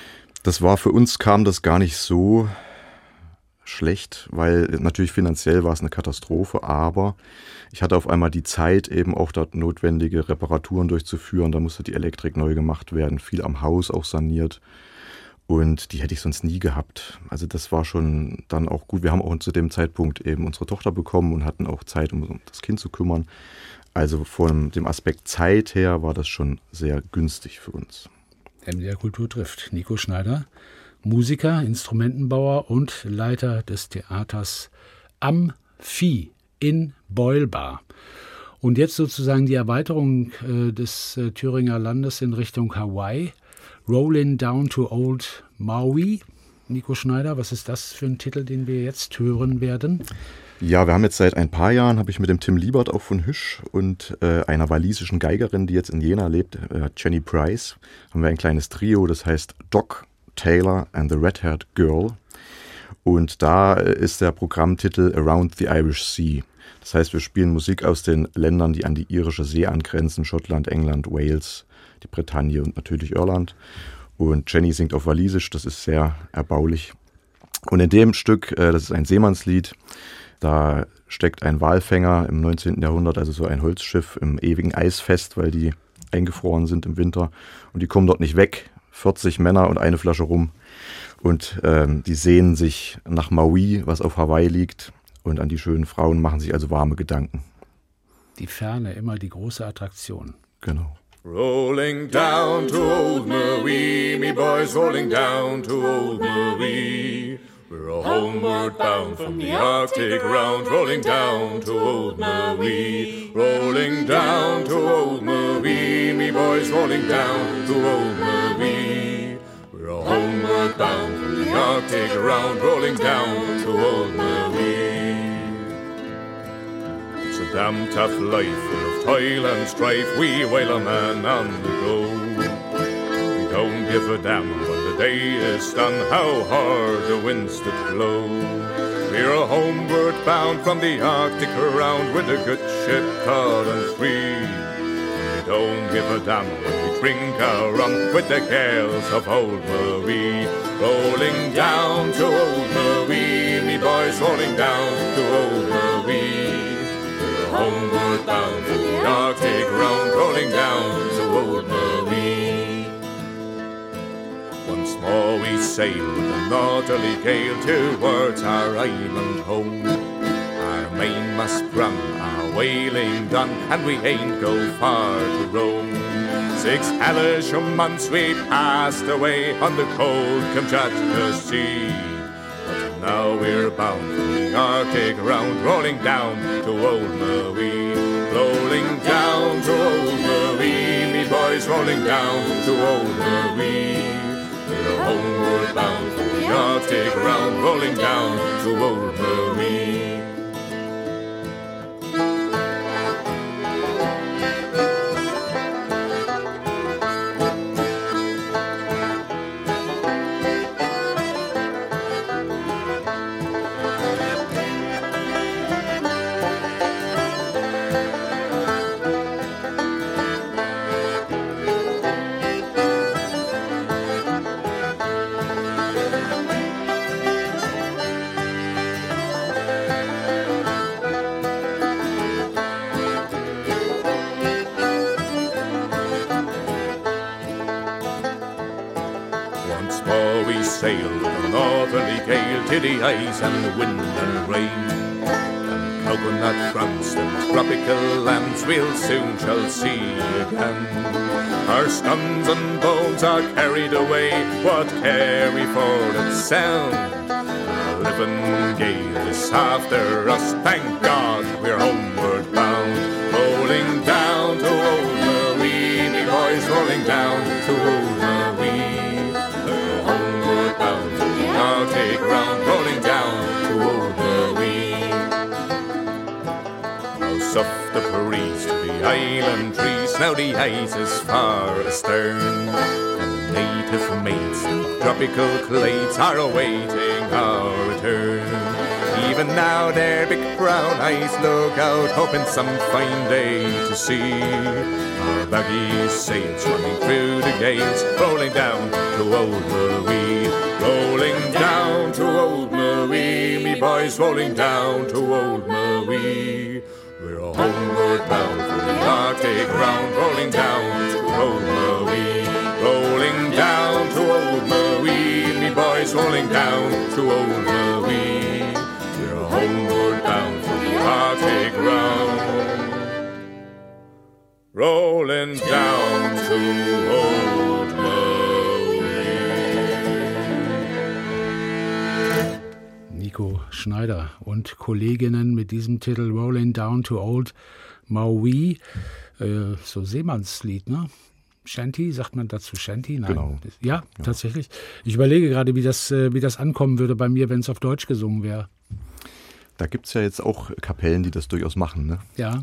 Das war für uns, kam das gar nicht so schlecht, weil natürlich finanziell war es eine Katastrophe, aber ich hatte auf einmal die Zeit, eben auch dort notwendige Reparaturen durchzuführen. Da musste die Elektrik neu gemacht werden, viel am Haus auch saniert und die hätte ich sonst nie gehabt. Also das war schon dann auch gut. Wir haben auch zu dem Zeitpunkt eben unsere Tochter bekommen und hatten auch Zeit, um das Kind zu kümmern. Also von dem Aspekt Zeit her war das schon sehr günstig für uns. MDR Kultur trifft. Nico Schneider, Musiker, Instrumentenbauer und Leiter des Theaters Am Vieh in Beulbar. Und jetzt sozusagen die Erweiterung des Thüringer Landes in Richtung Hawaii. Rolling Down to Old Maui. Nico Schneider, was ist das für ein Titel, den wir jetzt hören werden? Ja, wir haben jetzt seit ein paar Jahren, habe ich mit dem Tim Liebert auch von Hüsch und einer walisischen Geigerin, die jetzt in Jena lebt, Jenny Price, haben wir ein kleines Trio, das heißt Doc, Taylor and the Red-Haired Girl. Und da ist der Programmtitel Around the Irish Sea. Das heißt, wir spielen Musik aus den Ländern, die an die irische See angrenzen, Schottland, England, Wales, die Bretagne und natürlich Irland. Und Jenny singt auf Walisisch, das ist sehr erbaulich. Und in dem Stück, das ist ein Seemannslied, da steckt ein Walfänger im 19. Jahrhundert, also so ein Holzschiff im ewigen Eis fest, weil die eingefroren sind im Winter. Und die kommen dort nicht weg, 40 Männer und eine Flasche Rum. Und die sehnen sich nach Maui, was auf Hawaii liegt. Und an die schönen Frauen machen sich also warme Gedanken. Die Ferne, immer die große Attraktion. Genau. Rolling down to old Maui, me boys, rolling down to old Maui. We're homeward bound from the Arctic round, rolling down to old Maui. Rolling down to old Maui, me boys, rolling down to old Maui. We're homeward bound from the Arctic round, rolling down to old Maui. It's a damn tough life, full of toil and strife, we whalemen on the go. We don't give a damn when the day is done, how hard the winds did blow. We're homeward bound from the Arctic around, with a good ship caught and free. We don't give a damn when we drink our rum, with the gales of old Maui. Rolling down to old Maui, me boys, rolling down to old Maui. Homeward bound from the Arctic round, rolling down to old Maui. Once more we sail with a northerly gale towards our island home. Our mainmast sprung, our whaling done, and we ain't go far to roam. 6 hellish months we passed away on the cold Kamchatka Sea. Now we're bound from the Arctic round, rolling down to old Maui. Rolling down to old Maui, me boys, rolling down to old Maui. We're homeward bound from the Arctic round, rolling down to old Maui. Sail with a northerly gale to the ice and wind and rain. And coconut fronts and tropical lands we'll soon shall see again. Our sons and bones are carried away, what care we for its sound? The living gale is after us, thank God we're homeward bound. Rolling down to old Maui, me boys, rolling down to old Maui. Arctic round, rolling down to old Maui. Now soft the breeze to the island trees, now the ice is far astern, and native mates and tropical clades are awaiting our return. Even now their big brown eyes look out, hoping some fine day to see our baggy sails running through the gales, rolling down to old Marie, rolling down to old Marie, me boys, rolling down to old Marie. We're homeward bound for the Arctic round, rolling down to old Marie, rolling down to old Marie, me boys, rolling down to old Marie. We're homeward bound for the Arctic round, rolling down to old Marie. Nico Schneider und Kolleginnen mit diesem Titel Rolling Down to Old Maui, so Seemannslied, ne? Shanty, sagt man dazu Shanty? Nein. Genau. Ja, tatsächlich. Ich überlege gerade, wie das ankommen würde bei mir, wenn es auf Deutsch gesungen wäre. Da gibt es ja jetzt auch Kapellen, die das durchaus machen, ne? Ja.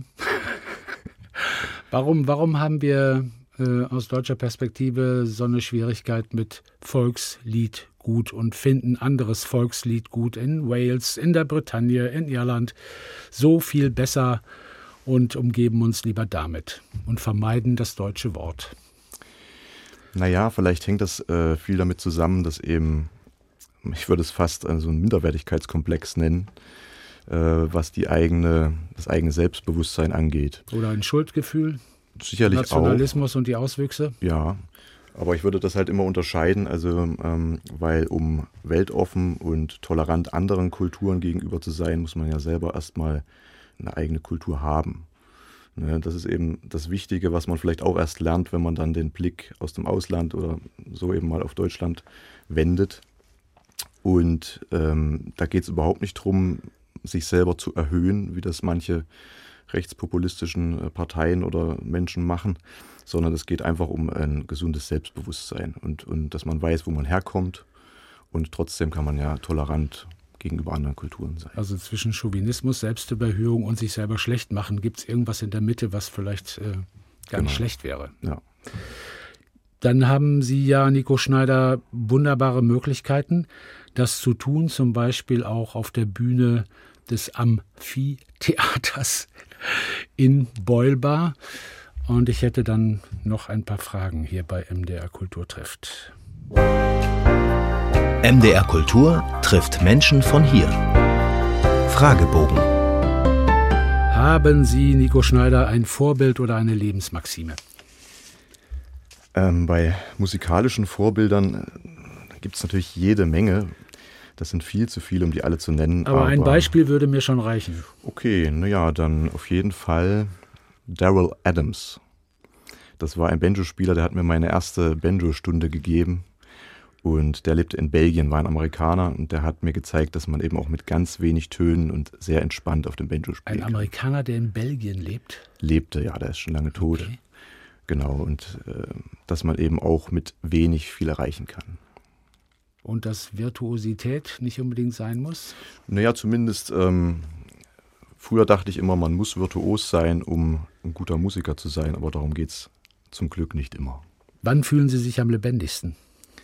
Warum haben wir aus deutscher Perspektive so eine Schwierigkeit mit Volkslied gut und finden anderes Volkslied gut in Wales, in der Bretagne, in Irland so viel besser und umgeben uns lieber damit und vermeiden das deutsche Wort? Naja, vielleicht hängt das viel damit zusammen, dass eben, ich würde es fast so einen Minderwertigkeitskomplex nennen, was das eigene Selbstbewusstsein angeht. Oder ein Schuldgefühl? Sicherlich Nationalismus auch. Und die Auswüchse? Ja, aber ich würde das halt immer unterscheiden, also weil um weltoffen und tolerant anderen Kulturen gegenüber zu sein, muss man ja selber erstmal eine eigene Kultur haben. Ne, das ist eben das Wichtige, was man vielleicht auch erst lernt, wenn man dann den Blick aus dem Ausland oder so eben mal auf Deutschland wendet. Und da geht es überhaupt nicht darum, sich selber zu erhöhen, wie das manche rechtspopulistischen Parteien oder Menschen machen, sondern es geht einfach um ein gesundes Selbstbewusstsein und dass man weiß, wo man herkommt, und trotzdem kann man ja tolerant gegenüber anderen Kulturen sein. Also zwischen Chauvinismus, Selbstüberhöhung und sich selber schlecht machen, gibt es irgendwas in der Mitte, was vielleicht gar nicht schlecht wäre. Ja. Dann haben Sie ja, Nico Schneider, wunderbare Möglichkeiten, das zu tun, zum Beispiel auch auf der Bühne des Amphitheaters in Beulbar. Und ich hätte dann noch ein paar Fragen hier bei MDR Kultur trifft. MDR Kultur trifft Menschen von hier. Fragebogen. Haben Sie, Nico Schneider, ein Vorbild oder eine Lebensmaxime? Bei musikalischen Vorbildern gibt es natürlich jede Menge. Das sind viel zu viele, um die alle zu nennen. Aber ein Beispiel würde mir schon reichen. Okay, naja, dann auf jeden Fall Daryl Adams. Das war ein Banjo-Spieler, der hat mir meine erste Banjo-Stunde gegeben. Und der lebte in Belgien, war ein Amerikaner, und der hat mir gezeigt, dass man eben auch mit ganz wenig Tönen und sehr entspannt auf dem Banjo spielen kann. Ein Amerikaner, der in Belgien lebt? Lebte, ja, der ist schon lange tot. Okay. Genau, und dass man eben auch mit wenig viel erreichen kann. Und dass Virtuosität nicht unbedingt sein muss? Naja, zumindest früher dachte ich immer, man muss virtuos sein, um ein guter Musiker zu sein, aber darum geht es zum Glück nicht immer. Wann fühlen Sie sich am lebendigsten?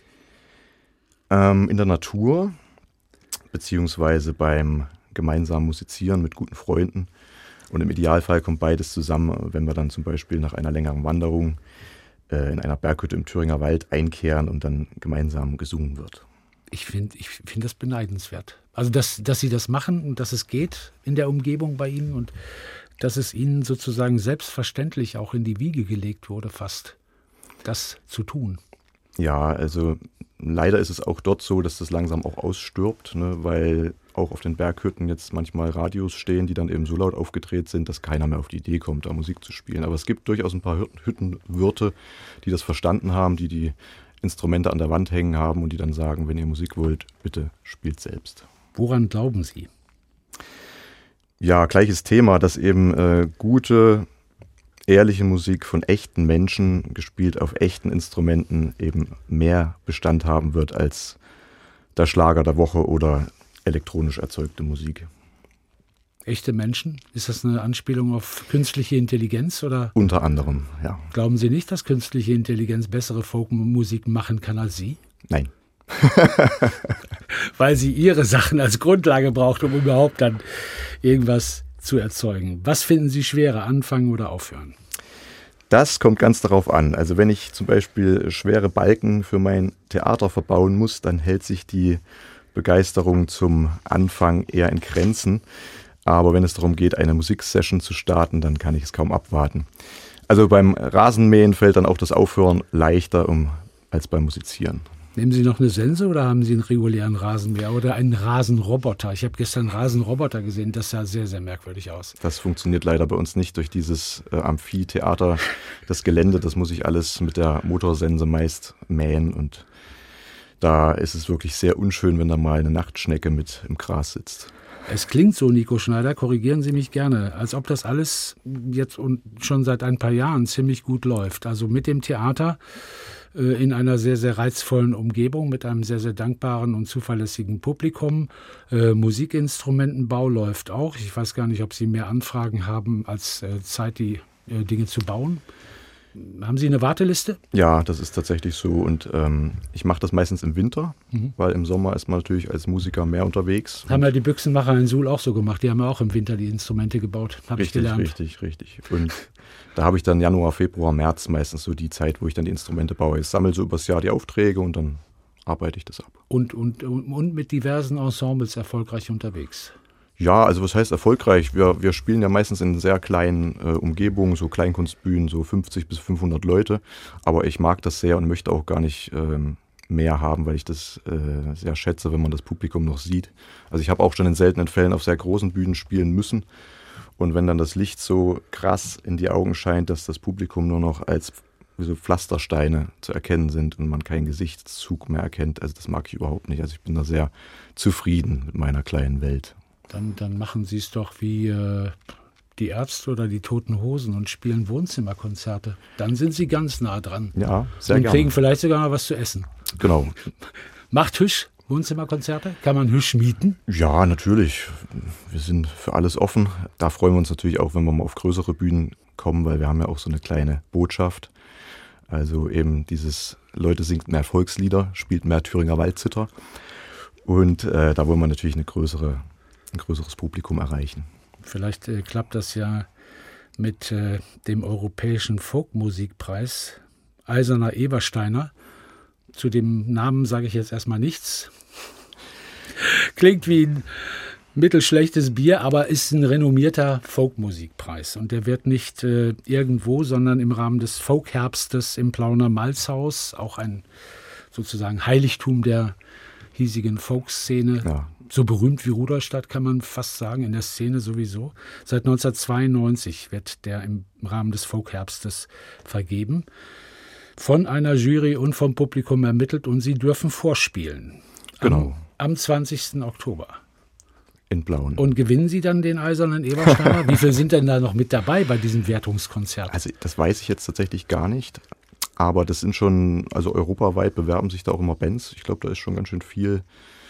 In der Natur, beziehungsweise beim gemeinsamen Musizieren mit guten Freunden. Und im Idealfall kommt beides zusammen, wenn wir dann zum Beispiel nach einer längeren Wanderung in einer Berghütte im Thüringer Wald einkehren und dann gemeinsam gesungen wird. Ich find das beneidenswert. Also, dass Sie das machen und dass es geht in der Umgebung bei Ihnen und dass es Ihnen sozusagen selbstverständlich auch in die Wiege gelegt wurde, fast das zu tun. Ja, also leider ist es auch dort so, dass das langsam auch ausstirbt, ne, weil auch auf den Berghütten jetzt manchmal Radios stehen, die dann eben so laut aufgedreht sind, dass keiner mehr auf die Idee kommt, da Musik zu spielen. Aber es gibt durchaus ein paar Hüttenwirte, die das verstanden haben, die Instrumente an der Wand hängen haben und die dann sagen, wenn ihr Musik wollt, bitte spielt selbst. Woran glauben Sie? Ja, gleiches Thema, dass eben gute, ehrliche Musik von echten Menschen, gespielt auf echten Instrumenten, eben mehr Bestand haben wird als der Schlager der Woche oder elektronisch erzeugte Musik. Echte Menschen? Ist das eine Anspielung auf künstliche Intelligenz? Oder unter anderem, ja. Glauben Sie nicht, dass künstliche Intelligenz bessere Folkmusik machen kann als Sie? Nein. Weil sie ihre Sachen als Grundlage braucht, um überhaupt dann irgendwas zu erzeugen. Was finden Sie schwerer, anfangen oder aufhören? Das kommt ganz darauf an. Also wenn ich zum Beispiel schwere Balken für mein Theater verbauen muss, dann hält sich die Begeisterung zum Anfang eher in Grenzen. Aber wenn es darum geht, eine Musiksession zu starten, dann kann ich es kaum abwarten. Also beim Rasenmähen fällt dann auch das Aufhören leichter als beim Musizieren. Nehmen Sie noch eine Sense oder haben Sie einen regulären Rasenmäher oder einen Rasenroboter? Ich habe gestern einen Rasenroboter gesehen, das sah sehr, sehr merkwürdig aus. Das funktioniert leider bei uns nicht durch dieses Amphitheater. Das Gelände, das muss ich alles mit der Motorsense meist mähen und da ist es wirklich sehr unschön, wenn da mal eine Nachtschnecke mit im Gras sitzt. Es klingt so, Nico Schneider, korrigieren Sie mich gerne, als ob das alles jetzt und schon seit ein paar Jahren ziemlich gut läuft. Also mit dem Theater in einer sehr, sehr reizvollen Umgebung, mit einem sehr, sehr dankbaren und zuverlässigen Publikum. Musikinstrumentenbau läuft auch. Ich weiß gar nicht, ob Sie mehr Anfragen haben als Zeit, die Dinge zu bauen. Haben Sie eine Warteliste? Ja, das ist tatsächlich so und ich mache das meistens im Winter, weil im Sommer ist man natürlich als Musiker mehr unterwegs. Haben ja die Büchsenmacher in Suhl auch so gemacht, die haben ja auch im Winter die Instrumente gebaut, habe ich gelernt. Richtig. Und da habe ich dann Januar, Februar, März meistens so die Zeit, wo ich dann die Instrumente baue. Ich sammle so übers Jahr die Aufträge und dann arbeite ich das ab. Und mit diversen Ensembles erfolgreich unterwegs? Ja, also was heißt erfolgreich? Wir spielen ja meistens in sehr kleinen Umgebungen, so Kleinkunstbühnen, so 50 bis 500 Leute. Aber ich mag das sehr und möchte auch gar nicht mehr haben, weil ich das sehr schätze, wenn man das Publikum noch sieht. Also ich habe auch schon in seltenen Fällen auf sehr großen Bühnen spielen müssen. Und wenn dann das Licht so krass in die Augen scheint, dass das Publikum nur noch als wie so Pflastersteine zu erkennen sind und man keinen Gesichtszug mehr erkennt, also das mag ich überhaupt nicht. Also ich bin da sehr zufrieden mit meiner kleinen Welt. Dann machen Sie es doch wie die Ärzte oder die Toten Hosen und spielen Wohnzimmerkonzerte. Dann sind Sie ganz nah dran. Ja, sehr und gerne. kriegen vielleicht sogar mal was zu essen. Genau. Macht Hüsch Wohnzimmerkonzerte? Kann man Hüsch mieten? Ja, natürlich. Wir sind für alles offen. Da freuen wir uns natürlich auch, wenn wir mal auf größere Bühnen kommen, weil wir haben ja auch so eine kleine Botschaft. Also eben dieses Leute singt mehr Volkslieder, spielt mehr Thüringer Waldzither. Und da wollen wir natürlich ein größeres Publikum erreichen. Vielleicht klappt das ja mit dem Europäischen Folkmusikpreis Eiserner Ebersteiner. Zu dem Namen sage ich jetzt erstmal nichts. Klingt wie ein mittelschlechtes Bier, aber ist ein renommierter Folkmusikpreis. Und der wird nicht irgendwo, sondern im Rahmen des Folkherbstes im Plauner Malzhaus, auch ein sozusagen Heiligtum der hiesigen Folkszene. Ja. So berühmt wie Rudolstadt, kann man fast sagen, in der Szene sowieso. Seit 1992 wird der im Rahmen des Folkherbstes vergeben. Von einer Jury und vom Publikum ermittelt und Sie dürfen vorspielen. Genau. Am 20. Oktober. In Plauen. Und gewinnen Sie dann den Eisernen Ebersteiner? Wie viele sind denn da noch mit dabei bei diesem Wertungskonzert? Also das weiß ich jetzt tatsächlich gar nicht. Aber das sind schon, also europaweit bewerben sich da auch immer Bands. Ich glaube, da ist schon ganz schön viel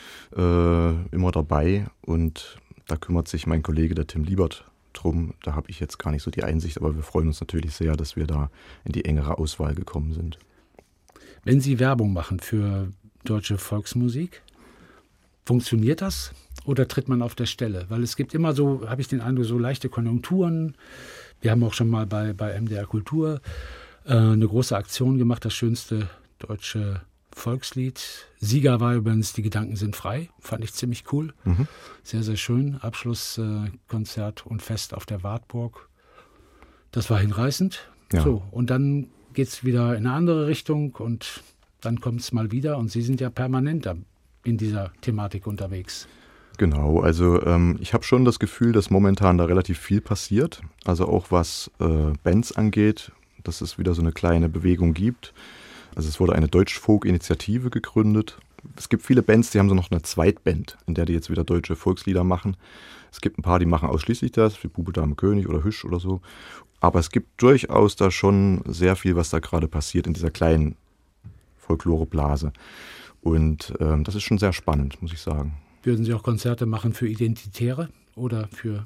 immer dabei. Und da kümmert sich mein Kollege, der Tim Liebert, drum. Da habe ich jetzt gar nicht so die Einsicht, aber wir freuen uns natürlich sehr, dass wir da in die engere Auswahl gekommen sind. Wenn Sie Werbung machen für deutsche Volksmusik, funktioniert das oder tritt man auf der Stelle? Weil es gibt immer so, habe ich den Eindruck, so leichte Konjunkturen. Wir haben auch schon mal bei MDR Kultur eine große Aktion gemacht, das schönste deutsche Volkslied. Sieger war übrigens Die Gedanken sind frei, fand ich ziemlich cool. Mhm. Sehr, sehr schön. Abschlusskonzert und Fest auf der Wartburg. Das war hinreißend. Ja. So, und dann geht es wieder in eine andere Richtung und dann kommt es mal wieder. Und Sie sind ja permanent in dieser Thematik unterwegs. Genau, also ich habe schon das Gefühl, dass momentan da relativ viel passiert. Also auch was Bands angeht, dass es wieder so eine kleine Bewegung gibt. Also es wurde eine Deutsch-Folk-Initiative gegründet. Es gibt viele Bands, die haben so noch eine Zweitband, in der die jetzt wieder deutsche Volkslieder machen. Es gibt ein paar, die machen ausschließlich das, wie Bube, Dame, König oder Hüsch oder so. Aber es gibt durchaus da schon sehr viel, was da gerade passiert in dieser kleinen Folklore-Blase. Und das ist schon sehr spannend, muss ich sagen. Würden Sie auch Konzerte machen für Identitäre oder für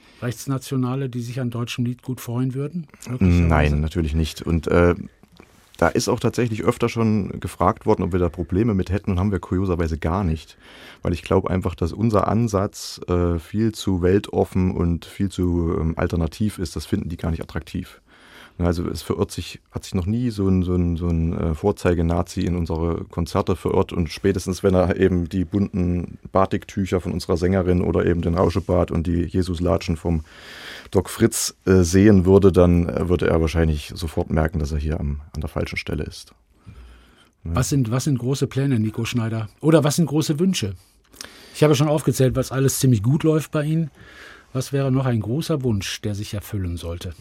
Rechtsnationale, die sich an deutschem Lied gut freuen würden? Nein, natürlich nicht. Und Da ist auch tatsächlich öfter schon gefragt worden, ob wir da Probleme mit hätten, und haben wir kurioserweise gar nicht. Weil ich glaube einfach, dass unser Ansatz viel zu weltoffen und viel zu alternativ ist. Das finden die gar nicht attraktiv. Also es hat sich noch nie so ein Vorzeige-Nazi in unsere Konzerte verirrt, und spätestens, wenn er eben die bunten Batiktücher von unserer Sängerin oder eben den Rauschebart und die Jesuslatschen vom Doc Fritz sehen würde, dann würde er wahrscheinlich sofort merken, dass er hier an der falschen Stelle ist. Ja. Was sind große Pläne, Nico Schneider? Oder was sind große Wünsche? Ich habe schon aufgezählt, was alles ziemlich gut läuft bei Ihnen. Was wäre noch ein großer Wunsch, der sich erfüllen sollte?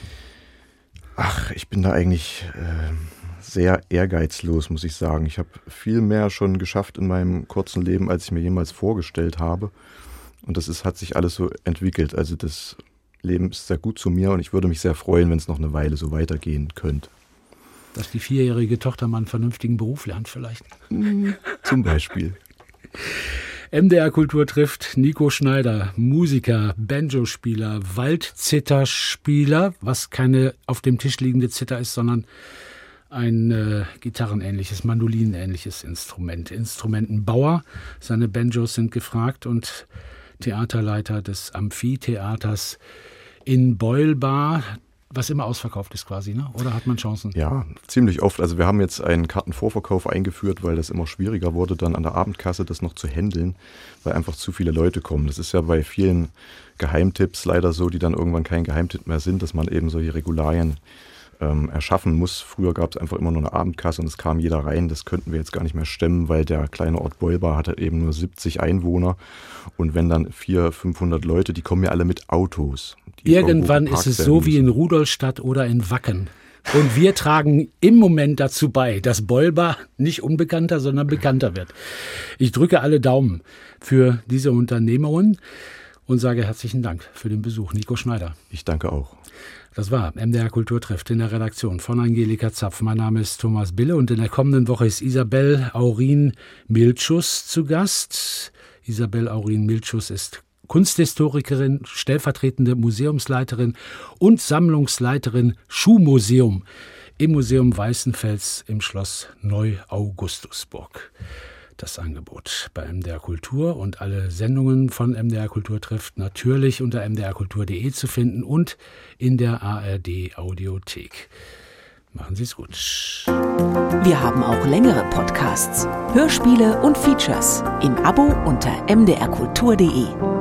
Ach, ich bin da eigentlich sehr ehrgeizlos, muss ich sagen. Ich habe viel mehr schon geschafft in meinem kurzen Leben, als ich mir jemals vorgestellt habe. Und hat sich alles so entwickelt. Also das Leben ist sehr gut zu mir, und ich würde mich sehr freuen, wenn es noch eine Weile so weitergehen könnte. Dass die 4-jährige Tochter mal einen vernünftigen Beruf lernt vielleicht. Zum Beispiel. MDR Kultur trifft Nico Schneider, Musiker, Banjospieler, Waldzitterspieler, was keine auf dem Tisch liegende Zither ist, sondern ein gitarrenähnliches, mandolinenähnliches Instrument. Instrumentenbauer, seine Banjos sind gefragt, und Theaterleiter des Amphitheaters in Beulbar, was immer ausverkauft ist quasi, ne? Oder hat man Chancen? Ja, ziemlich oft. Also wir haben jetzt einen Kartenvorverkauf eingeführt, weil das immer schwieriger wurde, dann an der Abendkasse das noch zu handeln, weil einfach zu viele Leute kommen. Das ist ja bei vielen Geheimtipps leider so, die dann irgendwann kein Geheimtipp mehr sind, dass man eben solche Regularien erschaffen muss. Früher gab es einfach immer nur eine Abendkasse und es kam jeder rein. Das könnten wir jetzt gar nicht mehr stemmen, weil der kleine Ort Beulbar hatte eben nur 70 Einwohner. Und wenn dann 400-500 Leute, die kommen ja alle mit Autos. Irgendwann ist es so wie in Rudolstadt oder in Wacken. Und wir tragen im Moment dazu bei, dass Beulbar nicht unbekannter, sondern bekannter wird. Ich drücke alle Daumen für diese Unternehmungen und sage herzlichen Dank für den Besuch. Nico Schneider. Ich danke auch. Das war MDR Kultur trifft in der Redaktion von Angelika Zapf. Mein Name ist Thomas Bille, und in der kommenden Woche ist Isabel Aurin-Milchus zu Gast. Isabel Aurin-Milchus ist Kunsthistorikerin, stellvertretende Museumsleiterin und Sammlungsleiterin Schuhmuseum im Museum Weißenfels im Schloss Neu-Augustusburg. Das Angebot bei MDR Kultur, und alle Sendungen von MDR Kultur trifft natürlich unter mdrkultur.de zu finden und in der ARD Audiothek. Machen Sie es gut. Wir haben auch längere Podcasts, Hörspiele und Features im Abo unter mdrkultur.de.